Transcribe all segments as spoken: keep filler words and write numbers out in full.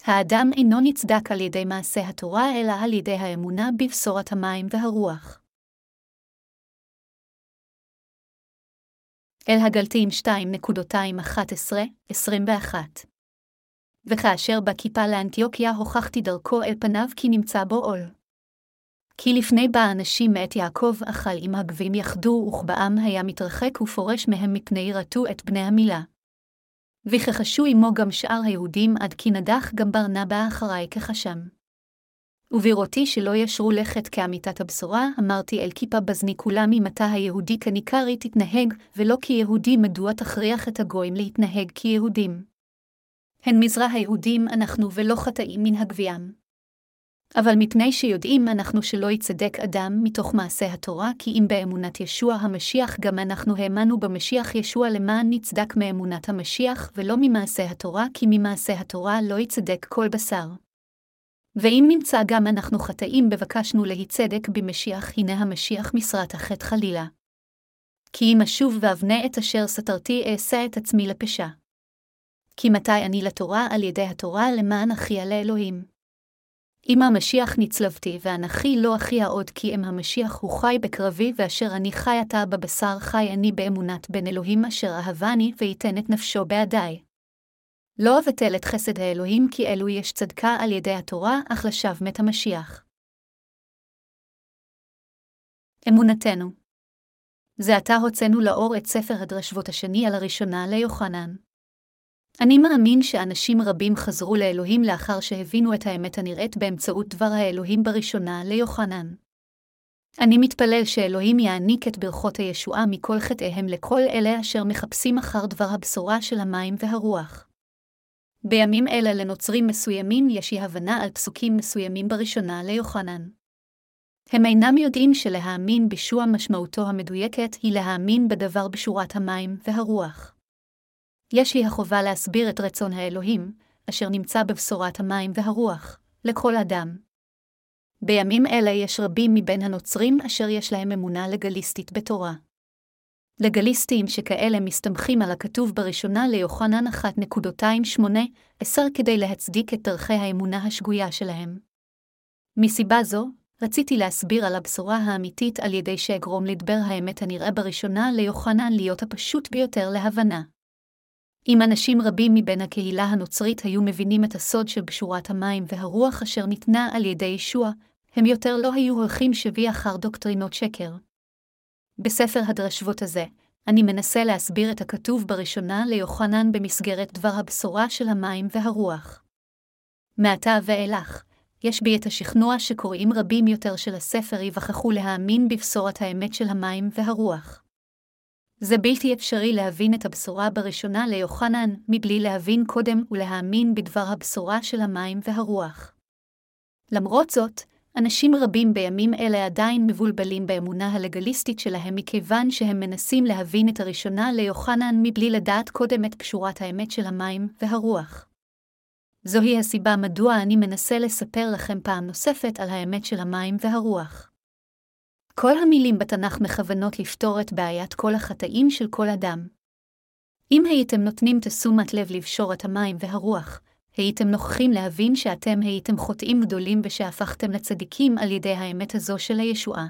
האדם אינו נצדק על ידי מעשה התורה, אלא על ידי האמונה בבשורת המים והרוח. אל הגלתיים שתיים אחת עשרה עשרים ואחת. וכאשר בא כיפה לאנטיוכיה הוכחתי דרכו אל פניו כי נמצא בו עול. כי לפני בא אנשים מאת יעקב אכל עם הגבים יחדו, וכבעם היה מתרחק ופורש מהם מפני יראתו את בני המילה. וכחשו עמו גם שאר היהודים, עד כי נדח גם ברנבא אחרי כחשם. ובראותי שלא ישרו לכת כאמיתת הבשורה, אמרתי אל כיפה בזני כולם ממתה היהודי כניכרי תתנהג, ולא כיהודי מדוע תכריח את הגויים להתנהג כיהודים. הן מזרע היהודים אנחנו ולא חטאים מן הגביהם. אבל מפני שיודעים אנחנו שלא יצדק אדם מתוך מעשה התורה, כי אם באמונת ישוע המשיח גם אנחנו האמנו במשיח ישוע למען נצדק מאמונת המשיח, ולא ממעשה התורה, כי ממעשה התורה לא יצדק כל בשר. ואם נמצא גם אנחנו חטאים בבקשנו להיצדק במשיח, הנה המשיח משרת החטא חלילה. כי אם אשוב ואבנה את אשר סתרתי אעשה את עצמי לפשע. כי מתי אני לתורה על ידי התורה למען אחיה לאלוהים. אם המשיח נצלבתי ואנכי לא אחיה עוד, כי אם המשיח הוא חי בקרבי, ואשר אני חי עתה בבשר חי אני באמונת בן אלוהים אשר אהבני ויתן את נפשו בעדי. לא אבטל את חסד האלוהים, כי אלו יש צדקה על ידי התורה, אך לשווא מת המשיח. אמונתנו. זה עתה הוצאנו לאור את ספר הדרשבות השני על הראשונה ליוחנן. אני מאמין שאנשים רבים חזרו לאלוהים לאחר שהבינו את האמת הנראית באמצעות דבר האלוהים בראשונה ליוחנן. אני מתפלל שאלוהים יעניק את ברכות הישועה מכל חטאיהם לכל אלה אשר מחפשים אחר דבר הבשורה של המים והרוח. בימים אלה לנוצרים מסוימים יש הבנה על פסוקים מסוימים בראשונה ליוחנן. הם אינם יודעים שלהאמין בישוע משמעותו המדויקת היא להאמין בדבר בשורת המים והרוח. יש לי החובה להסביר את רצון האלוהים, אשר נמצא בבשורת המים והרוח, לכל אדם. בימים אלה יש רבים מבין הנוצרים אשר יש להם אמונה לגליסטית בתורה. לגליסטים שכאלה מסתמכים על הכתוב בראשונה ליוחנן אחת שמונה עשר כדי להצדיק את דרכי האמונה השגויה שלהם. מסיבה זו, רציתי להסביר על הבשורה האמיתית על ידי שאגרום לדבר האמת הנראה בראשונה ליוחנן להיות הפשוט ביותר להבנה. אם אנשים רבים מבין הקהילה הנוצרית היו מבינים את הסוד של בשורת המים והרוח אשר ניתנה על ידי ישוע, הם יותר לא היו הולכים שבי אחר דוקטרינות שקר. בספר הדרשבות הזה, אני מנסה להסביר את הכתוב בראשונה ליוחנן במסגרת דבר הבשורה של המים והרוח. מעתה ואילך, יש בי את השכנוע שקוראים רבים יותר של הספר יבחחו להאמין בבשורת האמת של המים והרוח. זה בלתי אפשרי להבין את הבשורה בראשונה ליוחנן, מבלי להבין קודם ולהאמין בדבר הבשורה של המים והרוח. למרות זאת, אנשים רבים בימים אלה עדיין מבולבלים באמונה הלגליסטית שלהם מכיוון שהם מנסים להבין את הראשונה ליוחנן מבלי לדעת קודם את פשורת האמת של המים והרוח. זוהי הסיבה מדוע אני מנסה לספר לכם פעם נוספת על האמת של המים והרוח. כל המילים בתנ"ך מכוונות לפתור את בעיית כל החטאים של כל אדם. אם הייתם נותנים תשומת לב לבשורת המים והרוח, הייתם נוכחים להבין שאתם הייתם חוטאים גדולים ושהפכתם לצדיקים על ידי האמת הזו של הישועה.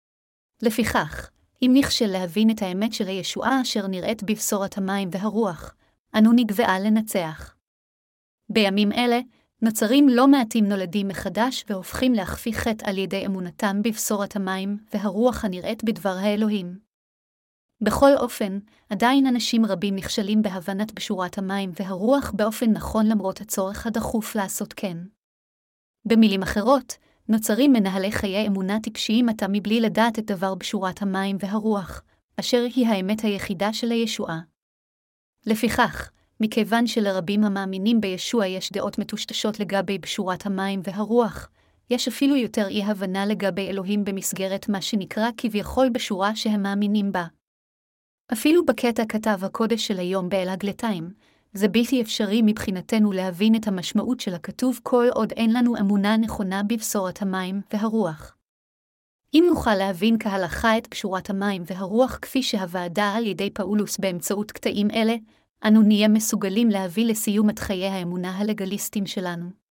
לפיכך, אם נכשל להבין את האמת של הישועה אשר נראית בבשורת המים והרוח, אנו נגבעה לנצח. בימים אלה, נוצרים לא מעטים נולדים מחדש והופכים להכפי חטא על ידי אמונתם בבשורת המים והרוח הנראית בדבר האלוהים. בכל אופן, עדיין אנשים רבים נכשלים בהבנת בשורת המים והרוח באופן נכון למרות הצורך הדחוף לעשות כן. במילים אחרות, נוצרים מנהלי חיי אמונה טיפשיים עתה מבלי לדעת את דבר בשורת המים והרוח, אשר היא האמת היחידה של הישועה. לפיכך, מכיוון שלרבים המאמינים בישוע יש דעות מטושטשות לגבי בשורת המים והרוח, יש אפילו יותר אי הבנה לגבי אלוהים במסגרת מה שנקרא כביכול בשורה שהם מאמינים בה. אפילו בקטע כתב הקודש של היום באל הגלתיים, זה בלתי אפשרי מבחינתנו להבין את המשמעות של הכתוב כל עוד אין לנו אמונה נכונה בבשורת המים והרוח. אם נוכל להבין כהלכה את בשורת המים והרוח כפי שהוועדה על ידי פאולוס באמצעות קטעים אלה, אנו נהיה מסוגלים להביא לסיום את חיי האמונה הלגליסטיים שלנו.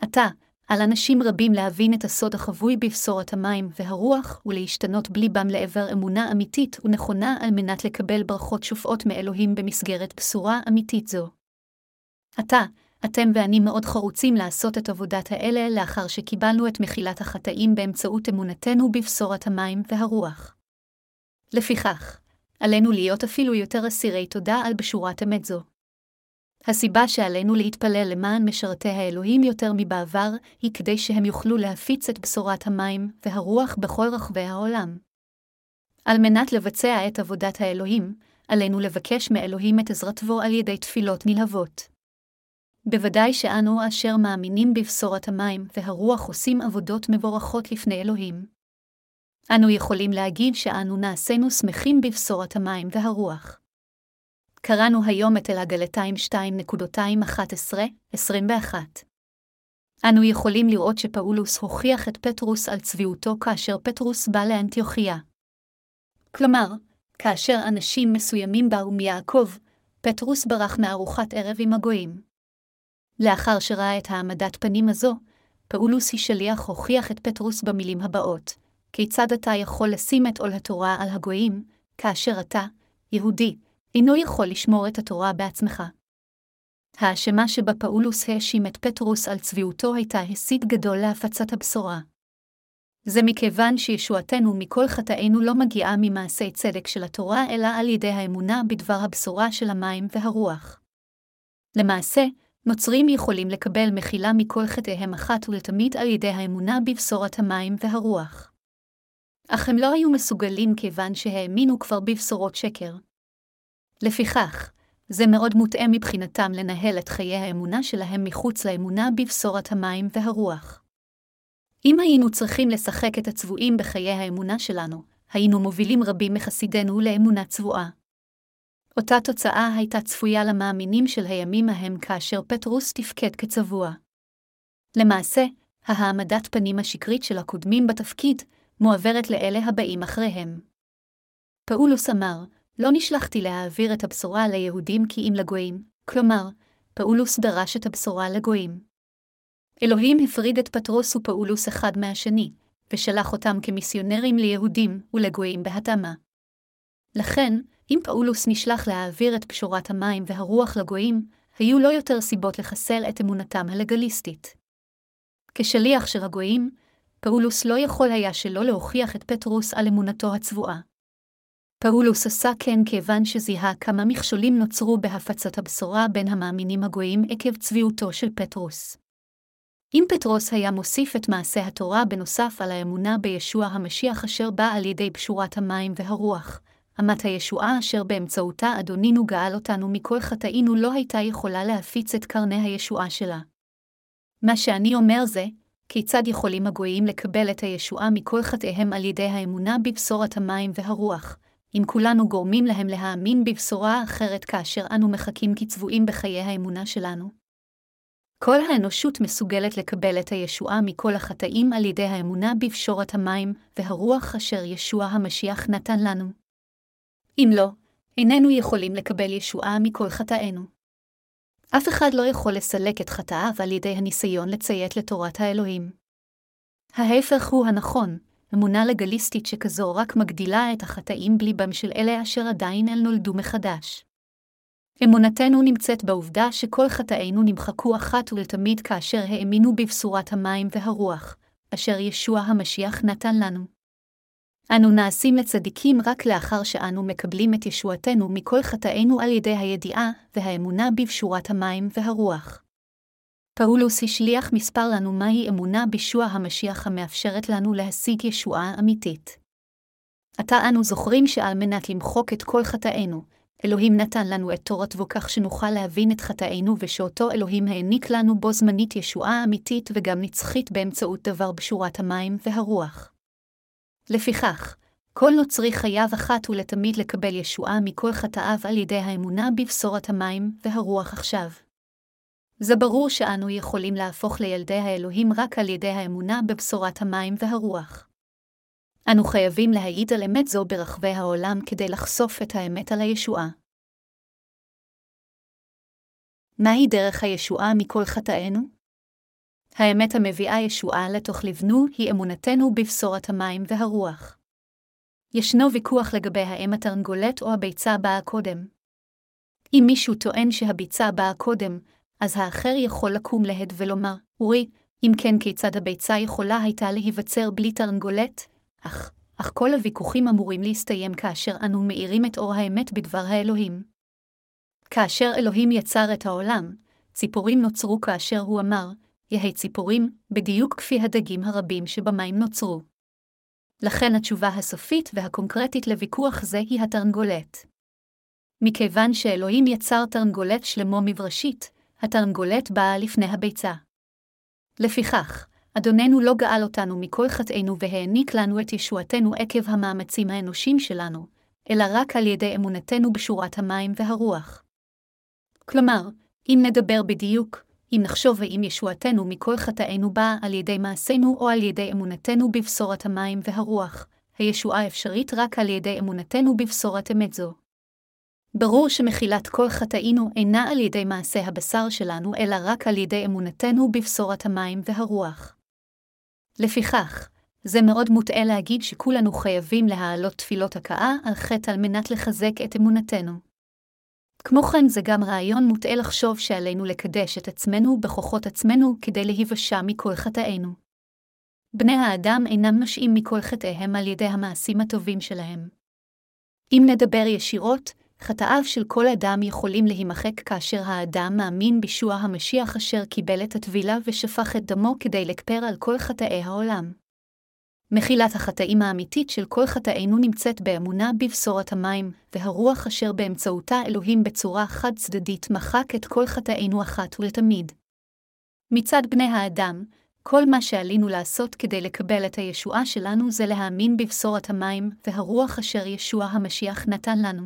עתה, על אנשים רבים להבין את הסוד החבוי בבשורת המים והרוח ולהשתנות בליבם לעבר אמונה אמיתית ונכונה על מנת לקבל ברכות שופעות מאלוהים במסגרת בשורה אמיתית זו. עתה, אתם ואני מאוד חרוצים לעשות את עבודת האלה לאחר שקיבלנו את מחילת החטאים באמצעות אמונתנו בבשורת המים והרוח. לפיכך, עלינו להיות אפילו יותר אסירי תודה על בשורת אמת זו. הסיבה שעלינו להתפלל למען משרתי האלוהים יותר מבעבר, היא כדי שהם יוכלו להפיץ את בשורת המים והרוח בכל רחבי העולם. על מנת לבצע את עבודת האלוהים, עלינו לבקש מאלוהים את עזרתו על ידי תפילות נלהבות. בוודאי שאנו אשר מאמינים בבשורת המים והרוח עושים עבודות מבורכות לפני אלוהים. אנו יכולים להגיד שאנו נעשינו שמחים בבשורת המים והרוח. קראנו היום את אל הגלתיים שתיים אחת עשרה עשרים ואחת. אנו יכולים לראות שפאולוס הוכיח את פטרוס על צביעותו כאשר פטרוס בא לאנטיוכיה. כלומר, כאשר אנשים מסוימים באו מיעקב, פטרוס ברח מארוחת ערב עם הגויים. לאחר שראה את העמדת פנים הזו, פאולוס השליח הוכיח את פטרוס במילים הבאות: כיצד אתה יכול לשים את עול התורה על הגויים, כאשר אתה, יהודי, אינו יכול לשמור את התורה בעצמך? האשמה שבה פאולוס האשים את פטרוס על צביעותו הייתה הישג גדול להפצת הבשורה. זה מכיוון שישועתנו מכל חטאינו לא מגיעה ממעשי צדק של התורה, אלא על ידי האמונה בדבר הבשורה של המים והרוח. למעשה, נוצרים יכולים לקבל מחילה מכל חטאיהם אחת ולתמיד על ידי האמונה בבשורת המים והרוח. אך הם לא היו מסוגלים כיוון שהאמינו כבר בבשורות שקר. לפיכך, זה מאוד מוטעה מבחינתם לנהל את חיי האמונה שלהם מחוץ לאמונה בבשורת המים והרוח. אם היינו צריכים לשחק את הצבועים בחיי האמונה שלנו, היינו מובילים רבים מחסידינו לאמונה צבועה. אותה תוצאה הייתה צפויה למאמינים של הימים ההם כאשר פטרוס תפקד כצבוע. למעשה, העמדת פנים השקרית של הקודמים בתפקיד מועברת לאלה הבאים אחריהם. פאולוס אמר, לא נשלחתי להעביר את הבשורה ליהודים כי אם לגויים, כלומר, פאולוס דרש את הבשורה לגויים. אלוהים הפריד את פטרוס ופאולוס אחד מהשני, ושלח אותם כמיסיונרים ליהודים ולגויים בהתאמה. לכן, אם פאולוס נשלח להעביר את בשורת המים והרוח לגויים, היו לא יותר סיבות לחסל את אמונתם הלגליסטית. כשליח של הגויים, פאולוס לא יכול היה שלא להוכיח את פטרוס על אמונתו הצבועה. פאולוס עשה כן כיוון שזיהה כמה מכשולים נוצרו בהפצת הבשורה בין המאמינים הגויים עקב צביעותו של פטרוס. אם פטרוס היה מוסיף את מעשה התורה בנוסף על האמונה בישוע המשיח אשר בא על ידי בשורת המים והרוח, אמת הישועה אשר באמצעותה אדונינו גאל אותנו מכל חטאינו לא הייתה יכולה להפיץ את קרני הישועה שלה. מה שאני אומר זה, כיצד יכולים הגויים לקבל את הישועה מכל חטאיהם על ידי האמונה בבשורת המים והרוח, אם כולנו גורמים להם להאמין בבשורה אחרת כאשר אנו מחכים כצבועים בחיי האמונה שלנו? כל האנושות מסוגלת לקבל את הישועה מכל החטאים על ידי האמונה בבשורת המים והרוח אשר ישוע המשיח נתן לנו. אם לא, איננו יכולים לקבל ישועה מכל חטאינו. אף אחד לא יכול לסלק את חטאיו על ידי הניסיון לציית לתורת האלוהים. ההפך הוא הנכון, אמונה לגליסטית שכזו רק מגדילה את החטאים בליבם של אלה אשר עדיין אל נולדו מחדש. אמונתנו נמצאת בעובדה שכל חטאינו נמחקו אחת ולתמיד כאשר האמינו בבשורת המים והרוח, אשר ישוע המשיח נתן לנו. אנו נעשים לצדיקים רק לאחר שאנו מקבלים את ישועתנו מכל חטאינו על ידי הידיעה והאמונה בבשורת המים והרוח. פאולוס השליח מספר לנו מהי אמונה בישוע המשיח המאפשרת לנו להשיג ישועה אמיתית. עתה אנו זוכרים שעל מנת למחוק את כל חטאינו, אלוהים נתן לנו את תורתו כך שנוכל להבין את חטאינו ושאותו אלוהים העניק לנו בו זמנית ישועה אמיתית וגם נצחית באמצעות דבר בשורת המים והרוח. לפיכך, כל נוצרי חייב אחת ולתמיד לקבל ישועה מכל חטאיו על ידי האמונה בבשורת המים והרוח עכשיו. זה ברור שאנו יכולים להפוך לילדי האלוהים רק על ידי האמונה בבשורת המים והרוח. אנו חייבים להעיד על אמת זו ברחבי העולם כדי לחשוף את האמת על הישועה. מהי דרך הישועה מכל חטאינו? האמת המביאה ישועה לתוך לבנו היא אמונתנו בבשורת המים והרוח. ישנו ויכוח לגבי האם התרנגולת או הביצה באה קודם. אם מישהו טוען שהביצה באה קודם, אז האחר יכול לקום להד ולומר, אורי, אם כן כיצד הביצה יכולה הייתה להיווצר בלי תרנגולת? אך, אך כל הוויכוחים אמורים להסתיים כאשר אנו מאירים את אור האמת בדבר האלוהים. כאשר אלוהים יצר את העולם, ציפורים נוצרו כאשר הוא אמר, יהי ציפורים, בדיוק כפי הדגים הרבים שבמים נוצרו. לכן התשובה הסופית והקונקרטית לוויכוח זה היא התרנגולת. מכיוון שאלוהים יצר תרנגולת שלמה מבראשית, התרנגולת באה לפני הביצה. לפיכך, אדוננו לא גאל אותנו מכל חטאינו והעניק לנו את ישועתנו עקב המאמצים האנושיים שלנו, אלא רק על ידי אמונתנו בשורת המים והרוח. כלומר, אם נדבר בדיוק, אם נחשוב ואם ישועתנו מכל חטאינו באה על ידי מעשינו או על ידי אמונתנו בבשורת המים והרוח, הישועה אפשרית רק על ידי אמונתנו בבשורת אמת זו. ברור שמחילת כל חטאינו אינה על ידי מעשה הבשר שלנו, אלא רק על ידי אמונתנו בבשורת המים והרוח. לפיכך, זה מאוד מוטעה להגיד שכולנו חייבים להעלות תפילות הכאה על חטא על מנת לחזק את אמונתנו. כמו כן זה גם רעיון מוטעה לחשוב שעלינו לקדש את עצמנו בכוחות עצמנו כדי להיוושע מכל חטאינו. בני האדם אינם נושעים מכל חטאיהם על ידי המעשים הטובים שלהם. אם נדבר ישירות, חטאיו של כל אדם יכולים להימחק כאשר האדם מאמין בישוע המשיח אשר קיבל את הטבילה ושפך את דמו כדי לכפר על כל חטאי העולם. מחילת החטאים האמיתית של כל חטאינו נמצאת באמונה בבשורת המים והרוח אשר באמצעותה אלוהים בצורה חד צדדית מחק את כל חטאינו אחת ולתמיד. מצד בני האדם, כל מה שעלינו לעשות כדי לקבל את הישועה שלנו זה להאמין בבשורת המים והרוח אשר ישוע המשיח נתן לנו.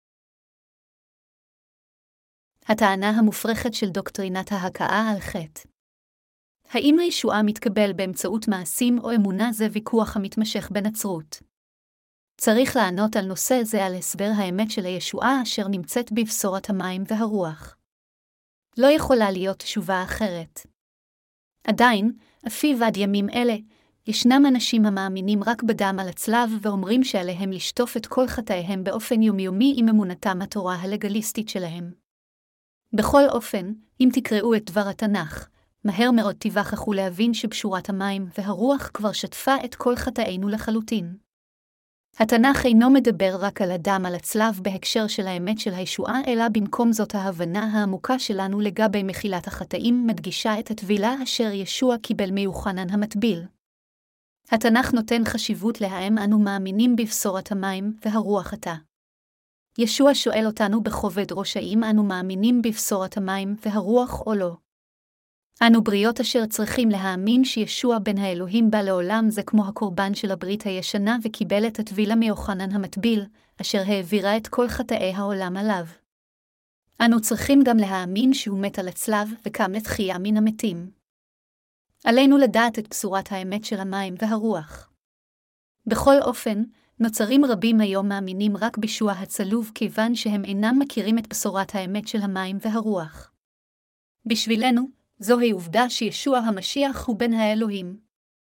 הטענה המופרכת של דוקטרינת ההכאה על חטא. האם הישועה מתקבל באמצעות מעשים או אמונה זה ויכוח המתמשך בנצרות. צריך לענות על נושא זה על הסבר האמת של הישועה אשר נמצאת בבשורת המים והרוח. לא יכולה להיות תשובה אחרת. עדיין, אפיו עד ימים אלה, ישנם אנשים המאמינים רק בדם על הצלב ואומרים שעליהם לשטוף את כל חטאיהם באופן יומיומי עם אמונתם התורה הלגליסטית שלהם. בכל אופן, אם תקראו את דבר התנ"ך, מהר מאוד תיווכחו להבין שבשורת המים והרוח כבר שטפה את כל חטאינו לחלוטין. התנ"ך אינו מדבר רק על הדם על הצלב בהקשר של האמת של הישועה, אלא במקום זאת ההבנה העמוקה שלנו לגבי מחילת החטאים מדגישה את הטבילה אשר ישוע קיבל מיוחנן המטביל. התנ"ך נותן חשיבות להאם אנו מאמינים בבשורת המים והרוח עתה. ישוע שואל אותנו בכובד ראש האם אנו מאמינים בבשורת המים והרוח או לא. אנו בריות אשר צריכים להאמין שישוע בן האלוהים בא לעולם זה כמו הקורבן של הברית הישנה וקיבל את הטבילה מיוחנן המטביל, אשר העבירה את כל חטאי העולם עליו. אנו צריכים גם להאמין שהוא מת על הצלב וקם לתחייה מן המתים. עלינו לדעת את בשורת האמת של המים והרוח. בכל אופן, נוצרים רבים היום מאמינים רק בישוע הצלוב כיוון שהם אינם מכירים את בשורת האמת של המים והרוח. בשבילנו, זוהי עובדה שישוע המשיח הוא בן האלוהים.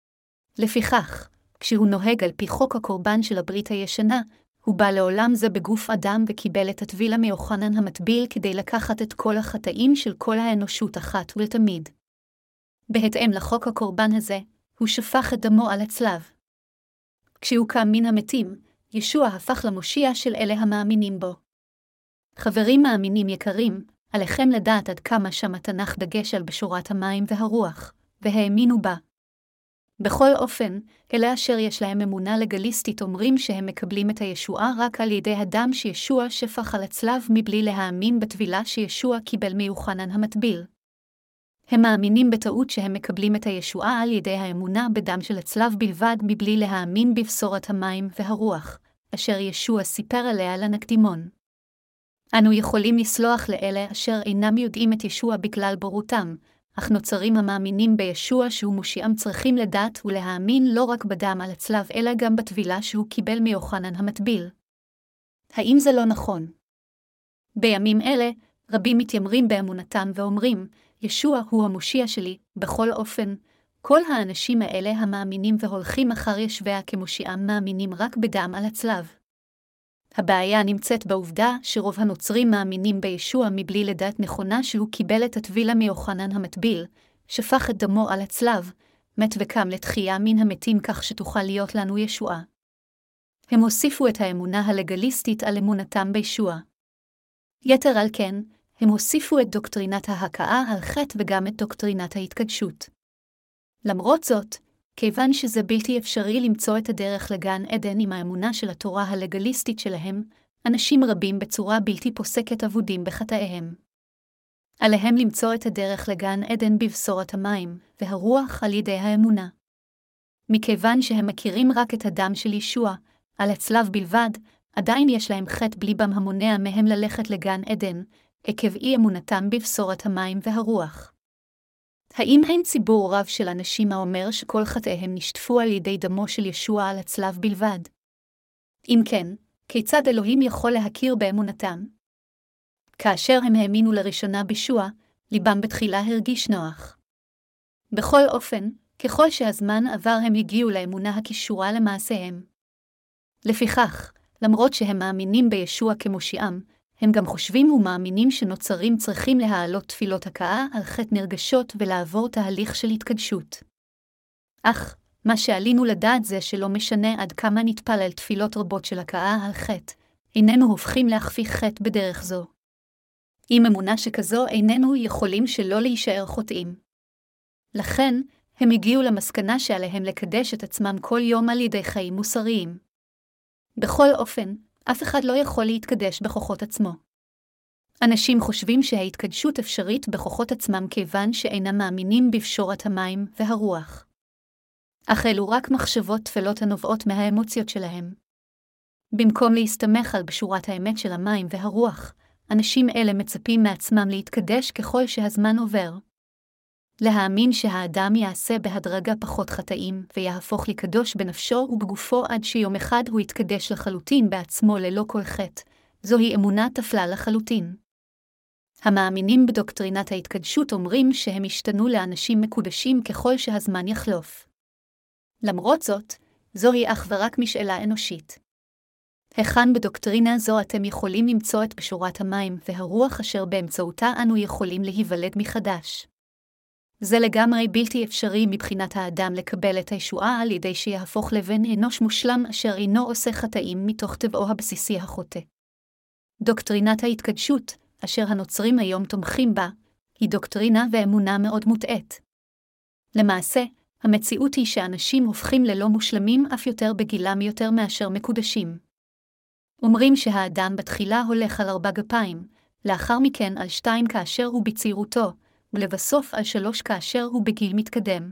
לפיכך, כשהוא נוהג על פי חוק הקורבן של הברית הישנה, הוא בא לעולם זה בגוף אדם וקיבל את הטבילה מיוחנן המטביל כדי לקחת את כל החטאים של כל האנושות אחת ולתמיד. בהתאם לחוק הקורבן הזה, הוא שפך את דמו על הצלב. כשהוא קם מן המתים, ישוע הפך למושיע של אלה המאמינים בו. חברים מאמינים יקרים, עליכם לדעת עד כמה שם התנ"ך דגש על בשורת המים והרוח, והאמינו בה. בכל אופן, אלה אשר יש להם אמונה לגליסטית אומרים שהם מקבלים את הישועה רק על ידי הדם שישוע שפך על הצלב מבלי להאמין בטבילה שישוע קיבל מיוחנן המטביל. הם מאמינים בטעות שהם מקבלים את הישועה על ידי האמונה בדם של הצלב בלבד מבלי להאמין בבשורת המים והרוח, אשר ישוע סיפר עליה לנקדימון. אנו יכולים לסלוח לאלה אשר אינם יודעים את ישוע בגלל בורותם, אך נוצרים המאמינים בישוע שהוא מושיעם צריכים לדעת ולהאמין לא רק בדם על הצלב אלא גם בטבילה שהוא קיבל מיוחנן המטביל. האם זה לא נכון? בימים אלה, רבים מתיימרים באמונתם ואומרים, ישוע הוא המושיע שלי, בכל אופן, כל האנשים האלה המאמינים והולכים אחר ישוע כמושיעם מאמינים רק בדם על הצלב. הבעיה נמצאת בעובדה שרוב הנוצרים מאמינים בישוע מבלי לדעת נכונה שהוא קיבל את הטבילה מיוחנן המטביל, שפך את דמו על הצלב, מת וקם לתחייה מן המתים כך שתוכל להיות לנו ישועה. הם הוסיפו את האמונה הלגליסטית על אמונתם בישוע. יתר על כן, הם הוסיפו את דוקטרינת ההכאה על חטא וגם את דוקטרינת ההתקדשות. למרות זאת, כיוון שזה בלתי אפשרי למצוא את הדרך לגן עדן עם האמונה של התורה הלגליסטית שלהם, אנשים רבים בצורה בלתי פוסקת אבודים בחטאיהם. עליהם למצוא את הדרך לגן עדן בבשורת המים והרוח על ידי האמונה. מכיוון שהם מכירים רק את הדם של ישוע, על הצלב בלבד, עדיין יש להם חטא בליבם המונע מהם ללכת לגן עדן, עקב אי אמונתם בבשורת המים והרוח. האם אין ציבור רב של אנשים האומר שכל חטאיהם נשטפו על ידי דמו של ישוע על הצלב בלבד? אם כן, כיצד אלוהים יכול להכיר באמונתם? כאשר הם האמינו לראשונה בישוע, ליבם בתחילה הרגיש נוח. בכל אופן, ככל שהזמן עבר הם הגיעו לאמונה הקישורה למעשיהם. לפיכך, למרות שהם מאמינים בישוע כמושיעם, הם גם חושבים ומאמינים שנוצרים צריכים להעלות תפילות הכאה על חטא נרגשות ולעבור תהליך של התקדשות. אך, מה שעלינו לדעת זה שלא משנה עד כמה נתפלל תפילות רבות של הכאה על חטא, איננו הופכים להכפיך חטא בדרך זו. עם אמונה שכזו איננו יכולים שלא להישאר חוטאים. לכן, הם הגיעו למסקנה שעליהם לקדש את עצמם כל יום על ידי חיים מוסריים. בכל אופן, אף אחד לא יכול להתקדש בכוחות עצמו. אנשים חושבים שההתקדשות אפשרית בכוחות עצמם כיוון שאינם מאמינים בפשורת המים והרוח. אך אלו רק מחשבות תפלות הנובעות מהאמוציות שלהם. במקום להסתמך על בשורת האמת של המים והרוח, אנשים אלה מצפים מעצמם להתקדש ככל שהזמן עובר. להאמין שהאדם יעשה בהדרגה פחות חטאים ויהפוך לקדוש בנפשו ובגופו עד שיום אחד הוא יתקדש לחלוטין בעצמו ללא כל חטא, זוהי אמונה תפלה לחלוטין. המאמינים בדוקטרינת ההתקדשות אומרים שהם השתנו לאנשים מקודשים ככל שהזמן יחלוף. למרות זאת, זוהי אך ורק משאלה אנושית. היכן בדוקטרינה זו אתם יכולים למצוא את בשורת המים והרוח אשר באמצעותה אנו יכולים להיוולד מחדש? זה לגמרי בלתי אפשרי מבחינת האדם לקבל את הישועה על ידי שיהפוך לבן אנוש מושלם אשר אינו עושה חטאים מתוך טבעו הבסיסי החוטא. דוקטרינת ההתקדשות, אשר הנוצרים היום תומכים בה, היא דוקטרינה ואמונה מאוד מוטעית. למעשה, המציאות היא שאנשים הופכים ללא מושלמים אף יותר בגילם יותר מאשר מקודשים. אומרים שהאדם בתחילה הולך על ארבע גפיים, לאחר מכן על שתיים כאשר הוא בצעירותו, ולבסוף על שלוש כאשר הוא בגיל מתקדם.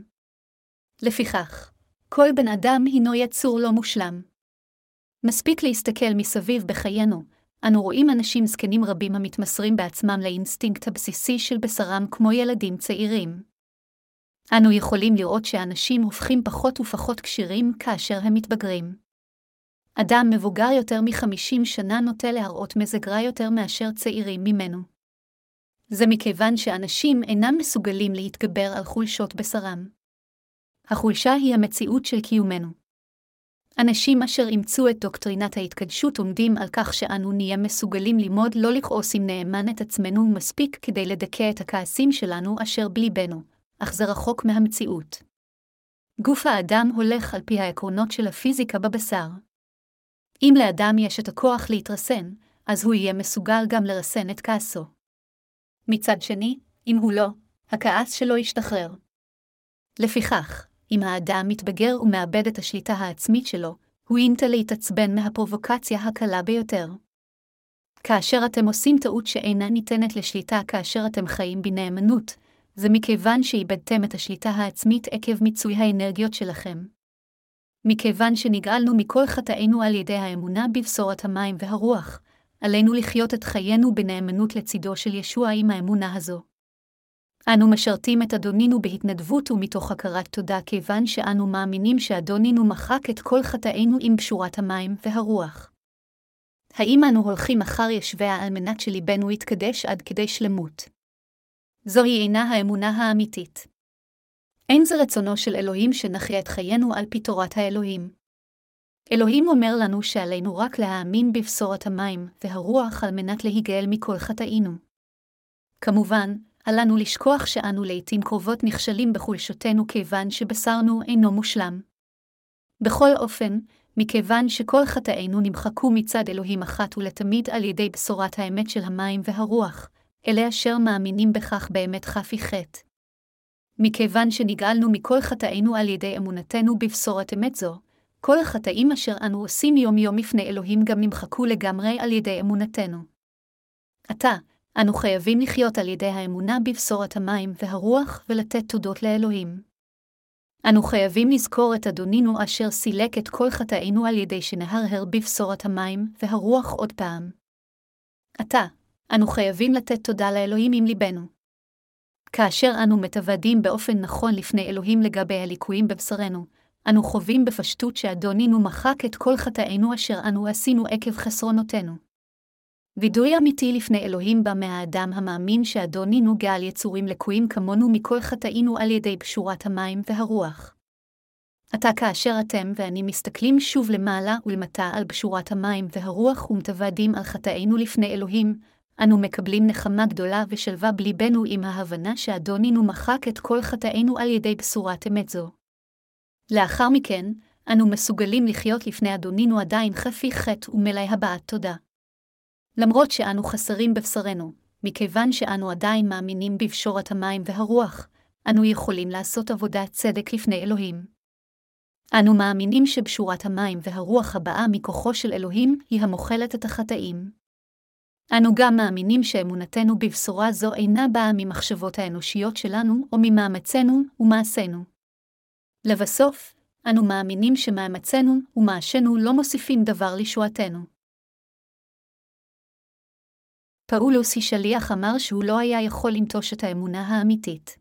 לפיכך, כל בן אדם הינו יצור לא מושלם. מספיק להסתכל מסביב בחיינו, אנו רואים אנשים זקנים רבים המתמסרים בעצמם לאינסטינקט הבסיסי של בשרם כמו ילדים צעירים. אנו יכולים לראות שאנשים הופכים פחות ופחות כשירים כאשר הם מתבגרים. אדם מבוגר יותר מחמישים שנה נוטה להראות מזג רע יותר מאשר צעירים ממנו. זה מכיוון שאנשים אינם מסוגלים להתגבר על חולשות בשרם. החולשה היא המציאות של קיומנו. אנשים אשר אימצו את דוקטרינת ההתקדשות עומדים על כך שאנו נהיה מסוגלים ללמוד לא לכעוס עם נאמן את עצמנו מספיק כדי לדכא את הכעסים שלנו אשר בליבנו, אך זה רחוק מהמציאות. גוף האדם הולך על פי העקרונות של הפיזיקה בבשר. אם לאדם יש את הכוח להתרסן, אז הוא יהיה מסוגל גם לרסן את כעסו. מצד שני, אם הוא לא, הכעס שלו ישתחרר. לפיכך, אם האדם מתבגר ומאבד את השליטה העצמית שלו, הוא ינטה להתעצבן מהפרובוקציה הקלה ביותר. כאשר אתם עושים טעות שאינה ניתנת לשליטה כאשר אתם חיים בנאמנות, זה מכיוון שאיבדתם את השליטה העצמית עקב מיצוי האנרגיות שלכם. מכיוון שנגאלנו מכל חטאינו על ידי האמונה בבשורת המים והרוח, עלינו לחיות את חיינו בנאמנות לצידו של ישוע עם האמונה הזו. אנו משרתים את אדונינו בהתנדבות ומתוך הכרת תודה כיוון שאנו מאמינים שאדונינו מחק את כל חטאינו עם בשורת המים והרוח. האם אנו הולכים אחר ישוע על מנת שליבנו יתקדש עד כדי שלמות? זוהי אינה האמונה האמיתית. אין זה רצונו של אלוהים שנחיה את חיינו על פי תורת האלוהים. אלוהים אומר לנו שעלינו רק להאמין בבשורת המים והרוח על מנת להיגאל מכל חטאינו. כמובן, עלינו לשכוח שאנו לעתים קרובות נכשלים בחולשותנו כיוון שבשרנו אינו מושלם. בכל אופן, מכיוון שכל חטאינו נמחקו מצד אלוהים אחת ולתמיד על ידי בשורת האמת של המים והרוח, אלה אשר מאמינים בכך באמת חפי חטא. מכיוון שנגאלנו מכל חטאינו על ידי אמונתנו בבשורת אמת זו, כל החטאים אשר אנו עושים יום יום לפני אלוהים גם נמחקו לגמרי על ידי אמונתנו. עתה, אנו חייבים לחיות על ידי האמונה בבשורת המים והרוח ולתת תודות לאלוהים. אנו חייבים לזכור את אדונינו אשר סילק את כל חטאינו על ידי שנהרהר בבשורת המים והרוח עוד פעם. עתה, אנו חייבים לתת תודה לאלוהים עם ליבנו. כאשר אנו מתוודים באופן נכון לפני אלוהים לגבי הליקויים בבשרנו, אנו חווים בפשטות שאדונינו מחק את כל חטאינו אשר אנו עשינו עקב חסרונותינו. וידוי אמיתי לפני אלוהים בא מהאדם המאמין שאדונינו גאל יצורים לקויים כמונו מכל חטאינו על ידי בשורת המים והרוח. עתה כאשר אתם ואני מסתכלים שוב למעלה ולמטה על בשורת המים והרוח ומתוודים על חטאינו לפני אלוהים, אנו מקבלים נחמה גדולה ושלווה בליבנו עם ההבנה שאדונינו מחק את כל חטאינו על ידי בשורת אמת זו. לאחר מכן, אנו מסוגלים לחיות לפני אדונינו עדיין חפי חטא ומלא הבעת תודה. למרות שאנו חסרים בבשרנו, מכיוון שאנו עדיין מאמינים בבשורת המים והרוח, אנו יכולים לעשות עבודת צדק לפני אלוהים. אנו מאמינים שבשורת המים והרוח הבאה מכוחו של אלוהים היא המוחלת את החטאים. אנו גם מאמינים שאמונתנו בבשורה זו אינה באה ממחשבות האנושיות שלנו או ממאמצינו ומעשינו. לבסוף, אנו מאמינים שמאמצינו ומעשינו לא מוסיפים דבר לישועתנו. פאולוס השליח אמר שהוא לא היה יכול לנטוש את האמונה האמיתית.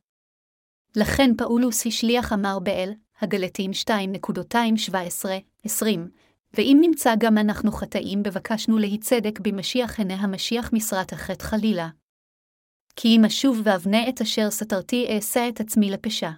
לכן פאולוס השליח אמר באל, הגלתיים שתיים שבע עשרה עשרים, ואם נמצא גם אנחנו חטאים בבקשנו להיצדק במשיח הנה המשיח משרת החטא חלילה. כי אם אשוב ואבנה את אשר סתרתי אעשה את עצמי לפשע.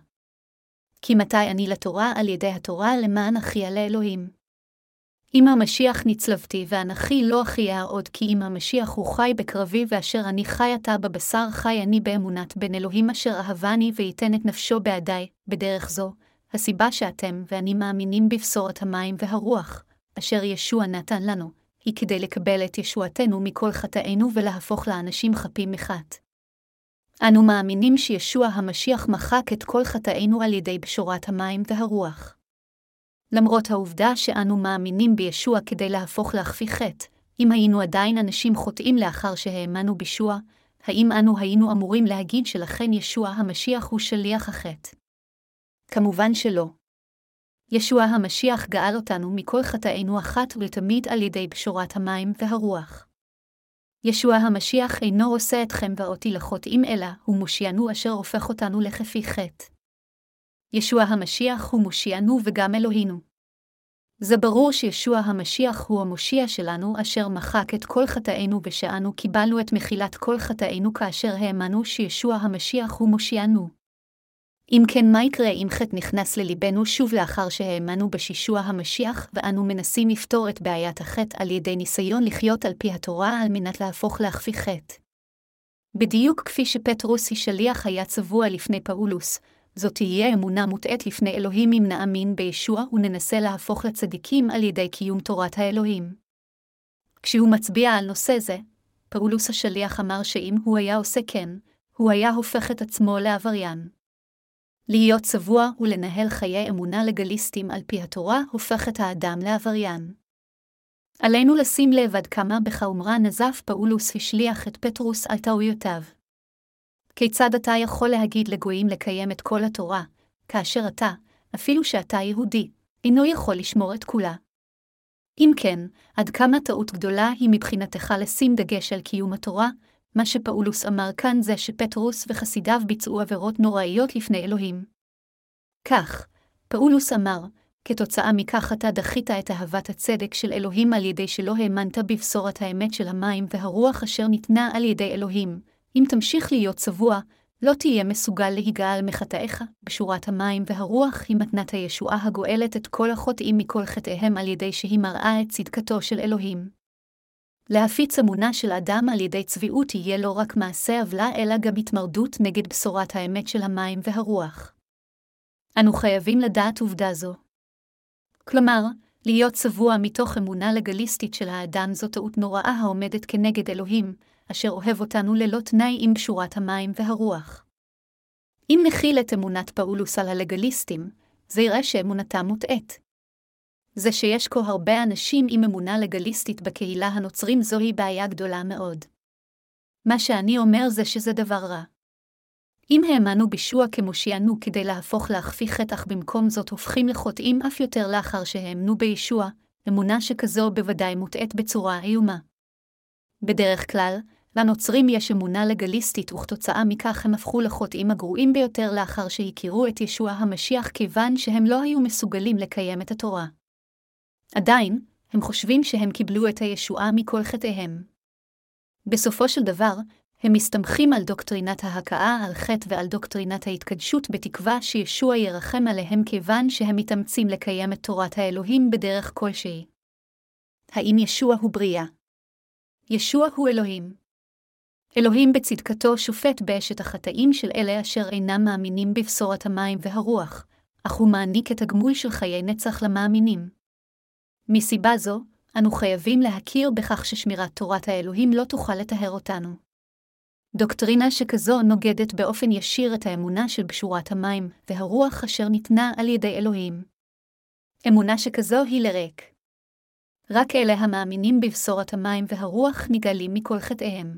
כי מתי אני לתורה על ידי התורה למען אחיה לאלוהים. אם המשיח נצלבתי ואנכי לא אחיה עוד כי אם המשיח הוא חי בקרבי ואשר אני חי עתה בבשר חי אני באמונת בן אלוהים אשר אהבני וייתן את נפשו בעדי, בדרך זו, הסיבה שאתם ואני מאמינים בבשורת המים והרוח, אשר ישוע נתן לנו, היא כדי לקבל את ישועתנו מכל חטאינו ולהפוך לאנשים חפים מחטא. אנו מאמינים שישוע המשיח מחק את כל חטאינו על ידי בשורת המים והרוח. למרות העובדה שאנו מאמינים בישוע כדי להפוך להחפיא חטא, אם היינו עדיין אנשים חוטאים לאחר שהאמנו בישוע, האם אנו היינו אמורים להגיד שלכן ישוע המשיח הוא שליח החטא? כמובן שלא. ישוע המשיח גאל אותנו מכל חטאינו אחת ולתמיד על ידי בשורת המים והרוח. ישוע המשיח אינו עושה אתכם ואותי לחוטאים אלא הוא מושיענו אשר הופך אותנו לחפי חטא. ישוע המשיח הוא מושיענו וגם אלוהינו. זה ברור שישוע המשיח הוא המושיע שלנו אשר מחק את כל חטאינו ושאנו קיבלנו את מחילת כל חטאינו כאשר האמנו שישוע המשיח הוא מושיענו. אם כן, מה יקרה אם חטא נכנס לליבנו שוב לאחר שהאמנו בישוע המשיח ואנו מנסים לפתור את בעיית החטא על ידי ניסיון לחיות על פי התורה על מנת להפוך להחפיא חטא? בדיוק כפי שפטרוס השליח היה צבוע לפני פאולוס, זאת תהיה אמונה מוטעת לפני אלוהים אם נאמין בישוע וננסה להפוך לצדיקים על ידי קיום תורת האלוהים. כשהוא מצביע על נושא זה, פאולוס השליח אמר שאם הוא היה עושה כן, הוא היה הופך את עצמו לעבריין. להיות צבוע ולנהל חיי אמונה לגליסטים על פי התורה הופך את האדם לעבריין. עלינו לשים לב עד כמה בחומרה נזף פאולוס השליח את פטרוס על טעויותיו. כיצד אתה יכול להגיד לגויים לקיים את כל התורה, כאשר אתה, אפילו שאתה יהודי, אינו יכול לשמור את כולה? אם כן, עד כמה טעות גדולה היא מבחינתך לשים דגש על קיום התורה? מה שפאולוס אמר כאן זה שפטרוס וחסידיו ביצעו עבירות נוראיות לפני אלוהים. כך, פאולוס אמר, כתוצאה מכך אתה דחית את אהבת הצדק של אלוהים על ידי שלא האמנת בבשורת האמת של המים והרוח אשר ניתנה על ידי אלוהים. אם תמשיך להיות צבוע, לא תהיה מסוגל להיגאל מחטאיך, בשורת המים והרוח היא מתנת הישועה הגואלת את כל החוטאים מכל חטאיהם על ידי שהיא מראה את צדקתו של אלוהים. להפיץ אמונה של אדם על ידי צביעות יהיה לא רק מעשה עוולה אלא גם התמרדות נגד בשורת האמת של המים והרוח. אנו חייבים לדעת עובדה זו. כלומר, להיות צבוע מתוך אמונה לגליסטית של האדם זו טעות נוראה העומדת כנגד אלוהים, אשר אוהב אותנו ללא תנאי עם בשורת המים והרוח. אם נכיל את אמונת פאולוס על הלגליסטים, זה יראה שאמונתם מוטעית. זה שיש כה הרבה אנשים עם אמונה לגליסטית בקהילה הנוצרים זוהי בעיה גדולה מאוד. מה שאני אומר זה שזה דבר רע. אם האמנו בישוע כמושיענו כדי להפוך להכפי חטא אך במקום זאת הופכים לחוטאים אף יותר לאחר שהאמנו בישוע, אמונה שכזו בוודאי מוטעית בצורה איומה. בדרך כלל, לנוצרים יש אמונה לגליסטית וכתוצאה מכך הם הפכו לחוטאים הגרועים ביותר לאחר שהכירו את ישוע המשיח כיוון שהם לא היו מסוגלים לקיים את התורה. עדיין, הם חושבים שהם קיבלו את הישועה מכל חטאיהם. בסופו של דבר, הם מסתמכים על דוקטרינת ההכאה על חטא ועל דוקטרינת ההתקדשות בתקווה שישוע ירחם עליהם כיוון שהם מתאמצים לקיים את תורת האלוהים בדרך כלשהי. האם ישוע הוא בריאה? ישוע הוא אלוהים. אלוהים בצדקתו שופט באשת החטאים של אלה אשר אינם מאמינים בבשורת המים והרוח, אך הוא מעניק את הגמול של חיי נצח למאמינים. מסיבה זו, אנו חייבים להכיר בכך ששמירת תורת האלוהים לא תוכל לטהר אותנו. דוקטרינה שכזו נוגדת באופן ישיר את האמונה של בשורת המים והרוח אשר ניתנה על ידי אלוהים. אמונה שכזו היא לריק. רק אלה המאמינים בבשורת המים והרוח נגאלים מכל חטאיהם.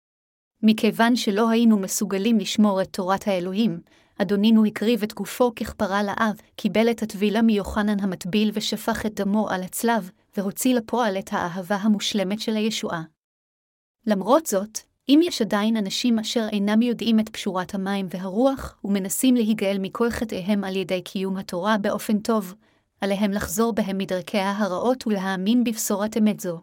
מכיוון שלא היינו מסוגלים לשמור את תורת האלוהים, אדונינו הקריב את גופו ככפרה לאב, קיבל את הטבילה מיוחנן המטביל ושפך את דמו על הצלב, והוציא לפועל את האהבה המושלמת של הישועה. למרות זאת, אם יש עדיין אנשים אשר אינם יודעים את פשורת המים והרוח, ומנסים להיגאל מכל חטאיהם על ידי קיום התורה באופן טוב, עליהם לחזור בהם מדרכיה הרעות ולהאמין בבשורת אמת זו.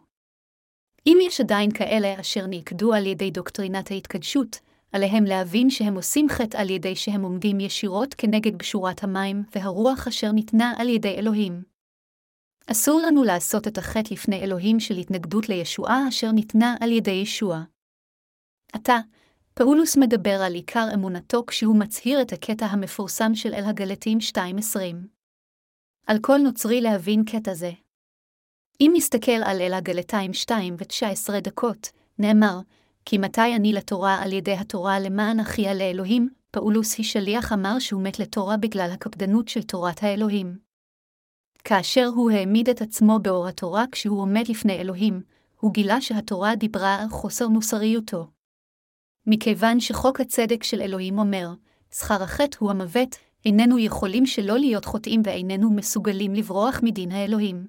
אם יש עדיין כאלה אשר נעקדו על ידי דוקטרינת ההתקדשות, עליהם להבין שהם עושים חטא על ידי שהם עומדים ישירות כנגד בשורת המים והרוח אשר ניתנה על ידי אלוהים. אסור לנו לעשות את החטא לפני אלוהים של התנגדות לישועה אשר ניתנה על ידי ישוע. עתה, פאולוס מדבר על עיקר אמונתו כשהוא מצהיר את הקטע המפורסם של אל הגלתיים שתיים עשרים. על כל נוצרי להבין קטע זה. אם נסתכל על אל הגלתיים שתיים ותשע עשרה דקות, נאמר, כי מתי אני לתורה על ידי התורה למען אחיה לאלוהים, פאולוס השליח אמר שהוא מת לתורה בגלל הקפדנות של תורת האלוהים. כאשר הוא העמיד את עצמו באור התורה כשהוא עומד לפני אלוהים, הוא גילה שהתורה דיברה על חוסר מוסריותו. מכיוון שחוק הצדק של אלוהים אומר, שכר החטא הוא המוות, איננו יכולים שלא להיות חוטאים ואיננו מסוגלים לברוח מדין האלוהים.